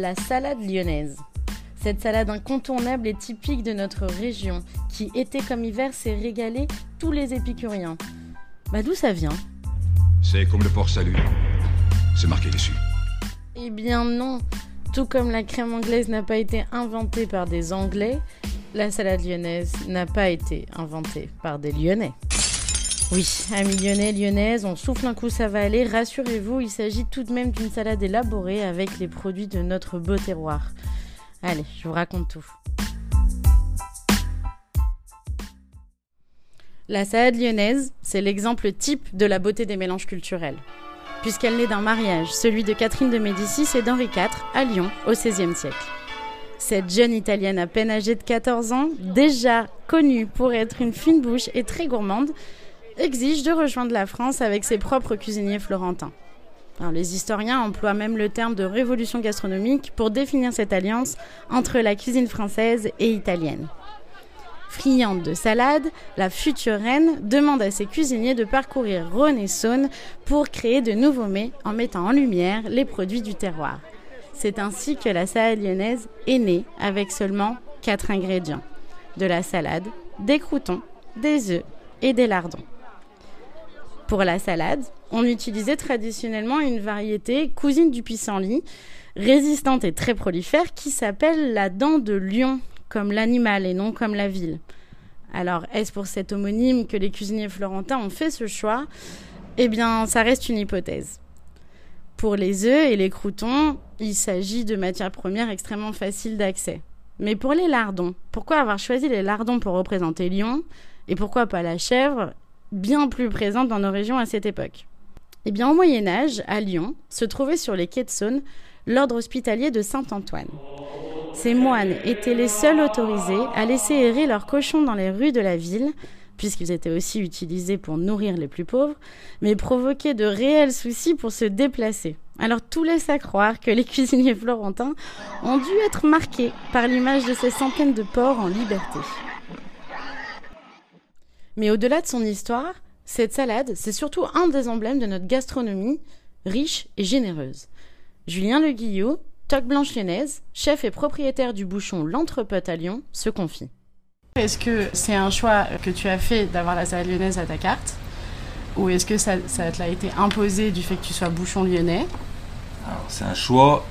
la salade lyonnaise. Cette salade incontournable et typique de notre région, qui été comme hiver s'est régalé tous les épicuriens. D'où ça vient? C'est comme le port salut, c'est marqué dessus. Eh bien non, tout comme la crème anglaise n'a pas été inventée par des Anglais, la salade lyonnaise n'a pas été inventée par des Lyonnais. Oui, amis lyonnais, lyonnaises, on souffle un coup, ça va aller. Rassurez-vous, il s'agit tout de même d'une salade élaborée avec les produits de notre beau terroir. Allez, je vous raconte tout. La salade lyonnaise, c'est l'exemple type de la beauté des mélanges culturels, puisqu'elle naît d'un mariage, celui de Catherine de Médicis et d'Henri IV, à Lyon, au XVIe siècle. Cette jeune Italienne à peine âgée de 14 ans, déjà connue pour être une fine bouche et très gourmande, exige de rejoindre la France avec ses propres cuisiniers florentins. Alors, les historiens emploient même le terme de révolution gastronomique pour définir cette alliance entre la cuisine française et italienne. Friande de salade, la future reine demande à ses cuisiniers de parcourir Rhône et Saône pour créer de nouveaux mets en mettant en lumière les produits du terroir. C'est ainsi que la salade lyonnaise est née avec seulement 4 ingrédients. De la salade, des croûtons, des œufs et des lardons. Pour la salade, on utilisait traditionnellement une variété cousine du pissenlit, résistante et très prolifère, qui s'appelle la dent de lion, comme l'animal et non comme la ville. Alors, est-ce pour cet homonyme que les cuisiniers florentins ont fait ce choix? Eh bien, ça reste une hypothèse. Pour les œufs et les croûtons, il s'agit de matières premières extrêmement faciles d'accès. Mais pour les lardons, pourquoi avoir choisi les lardons pour représenter Lyon? Et pourquoi pas la chèvre, bien plus présente dans nos régions à cette époque? Eh bien, au Moyen-Âge, à Lyon, se trouvait sur les quais de Saône l'ordre hospitalier de Saint-Antoine. Ces moines étaient les seuls autorisés à laisser errer leurs cochons dans les rues de la ville, puisqu'ils étaient aussi utilisés pour nourrir les plus pauvres, mais provoquaient de réels soucis pour se déplacer. Alors tout laisse à croire que les cuisiniers florentins ont dû être marqués par l'image de ces centaines de porcs en liberté. Mais au-delà de son histoire, cette salade, c'est surtout un des emblèmes de notre gastronomie, riche et généreuse. Julien Le Guillot, toque blanche lyonnaise, chef et propriétaire du bouchon L'Entrepote à Lyon, se confie. Est-ce que c'est un choix que tu as fait d'avoir la salade lyonnaise à ta carte? Ou est-ce que ça te l'a été imposé du fait que tu sois bouchon lyonnais? Alors, c'est un choix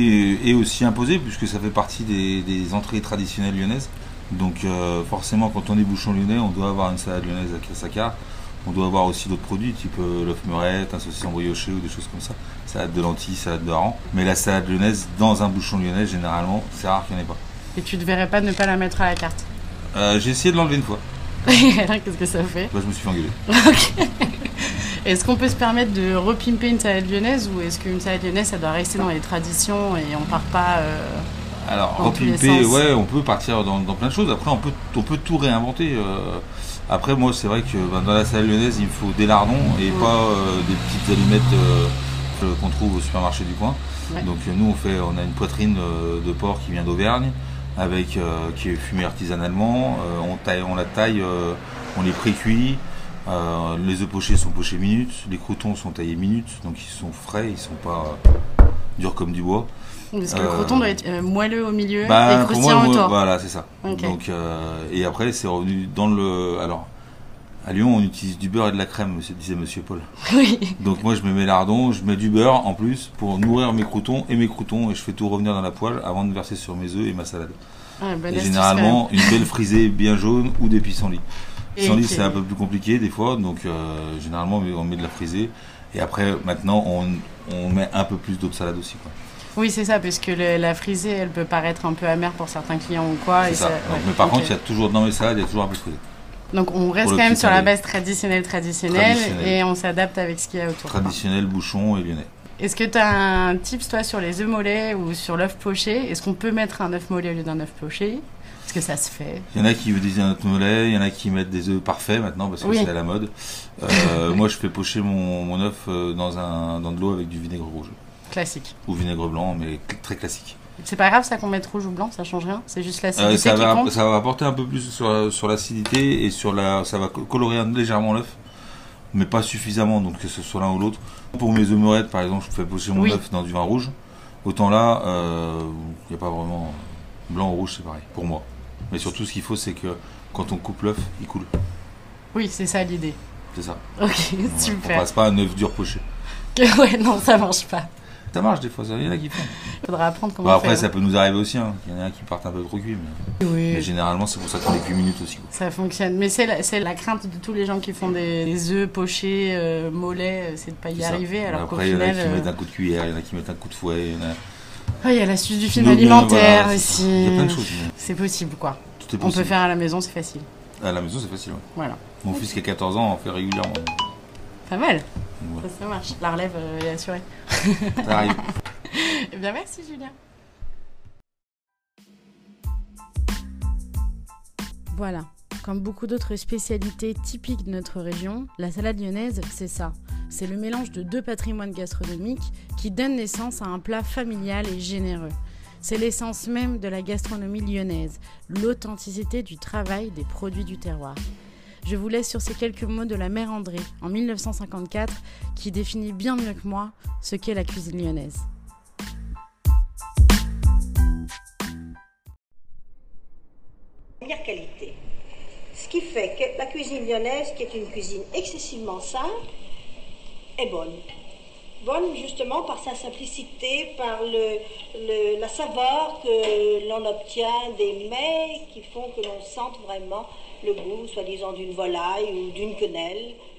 et aussi imposé puisque ça fait partie des entrées traditionnelles lyonnaises. Donc forcément quand on est bouchon lyonnais, on doit avoir une salade lyonnaise à sa carte. On doit avoir aussi d'autres produits type l'œuf meurette, un saucisson brioché ou des choses comme ça. Salade de lentilles, salade de hareng. Mais la salade lyonnaise dans un bouchon lyonnais, généralement, c'est rare qu'il n'y en ait pas. Et tu ne devrais pas ne pas la mettre à la carte? J'ai essayé de l'enlever une fois. Qu'est-ce que ça fait? Je me suis fait engueuler. Okay. Est-ce qu'on peut se permettre de repimper une salade lyonnaise ou est-ce qu'une salade lyonnaise, ça doit rester dans les traditions et on part pas Alors, repimper, ouais, on peut partir dans plein de choses. Après, on peut tout réinventer. Après, moi, c'est vrai que dans la salade lyonnaise, il me faut des lardons et pas des petites allumettes qu'on trouve au supermarché du coin. Ouais. Donc, nous, on a une poitrine de porc qui vient d'Auvergne, qui est fumée artisanalement. On la taille, on les pré-cuit. Les œufs pochés sont pochés minutes, les croûtons sont taillés minutes, donc ils sont frais, ils sont pas durs comme du bois. Parce que le croûton doit être moelleux au milieu et croustillant autour. Voilà, c'est ça. Okay. Donc, et après, c'est revenu dans le... Alors, à Lyon, on utilise du beurre et de la crème, disait Monsieur Paul. Oui. Donc moi, je mets mes lardons, je mets du beurre en plus pour nourrir mes croûtons, et je fais tout revenir dans la poêle avant de verser sur mes œufs et ma salade. Ah, et généralement, une belle frisée bien jaune ou des pissenlits. Pissenlit, c'est un peu plus compliqué des fois, donc généralement, on met de la frisée. Et après, maintenant, on met un peu plus d'eau de salade aussi, quoi. Oui, c'est ça, parce que la frisée, elle peut paraître un peu amère pour certains clients ou quoi. C'est ça. Donc, mais par contre, il y a toujours dans mes salades, il y a toujours un peu de frisée. Donc on reste quand même sur la base traditionnelle et on s'adapte avec ce qu'il y a autour. Traditionnel, bouchon et lyonnais. Est-ce que tu as un tips, toi, sur les œufs mollets ou sur l'œuf poché? Est-ce qu'on peut mettre un œuf mollet au lieu d'un œuf poché? Est-ce que ça se fait? Il y en a qui disent un œuf mollet, il y en a qui mettent des œufs parfaits maintenant parce que c'est à la mode. Moi, je fais pocher mon œuf dans de l'eau avec du vinaigre rouge. Classique. Ou vinaigre blanc, mais très classique. C'est pas grave ça qu'on mette rouge ou blanc, ça change rien? C'est juste l'acidité qui compte? Ça va apporter un peu plus sur l'acidité et ça va colorer légèrement l'œuf, mais pas suffisamment, donc que ce soit l'un ou l'autre. Pour mes œufs meurettes, par exemple, je fais pocher mon œuf dans du vin rouge. Autant là, il n'y a pas vraiment blanc ou rouge, c'est pareil, pour moi. Mais surtout, ce qu'il faut, c'est que quand on coupe l'œuf, il coule. Oui, c'est ça l'idée. C'est ça. Ok, On super. passe pas un œuf dur poché. Ouais, non, ça marche pas. Ça marche des fois, il y en a qui font. Faudra apprendre comment Après, faire. ça peut nous arriver aussi. Il y en a qui partent un peu trop cuits. Mais Oui, généralement, c'est pour ça qu'on les cuit minutes aussi. ça fonctionne. Mais c'est la crainte de tous les gens qui font des œufs pochés, mollets, c'est de pas y arriver. Alors qu'au après, il y en a final. qui mettent un coup de cuillère, il y en a qui mettent un coup de fouet. Il y a l'astuce du film Donc, alimentaire voilà, aussi. il y a plein de choses. C'est possible, quoi. Tout est On possible. peut faire à la maison, c'est facile. À la maison, c'est facile. Ouais. Voilà. Mon fils qui a 14 ans en fait régulièrement. Pas mal. Ouais. Ça marche. La relève est assurée. Ça arrive. Eh bien, merci, Julien. Voilà. Comme beaucoup d'autres spécialités typiques de notre région, la salade lyonnaise, c'est ça. C'est le mélange de deux patrimoines gastronomiques qui donnent naissance à un plat familial et généreux. C'est l'essence même de la gastronomie lyonnaise, l'authenticité du travail des produits du terroir. Je vous laisse sur ces quelques mots de la mère André, en 1954, qui définit bien mieux que moi ce qu'est la cuisine lyonnaise. Première qualité. Ce qui fait que la cuisine lyonnaise, qui est une cuisine excessivement simple, est bonne. Bonne justement par sa simplicité, par la saveur que l'on obtient des mets qui font que l'on sente vraiment le goût, soi-disant d'une volaille ou d'une quenelle,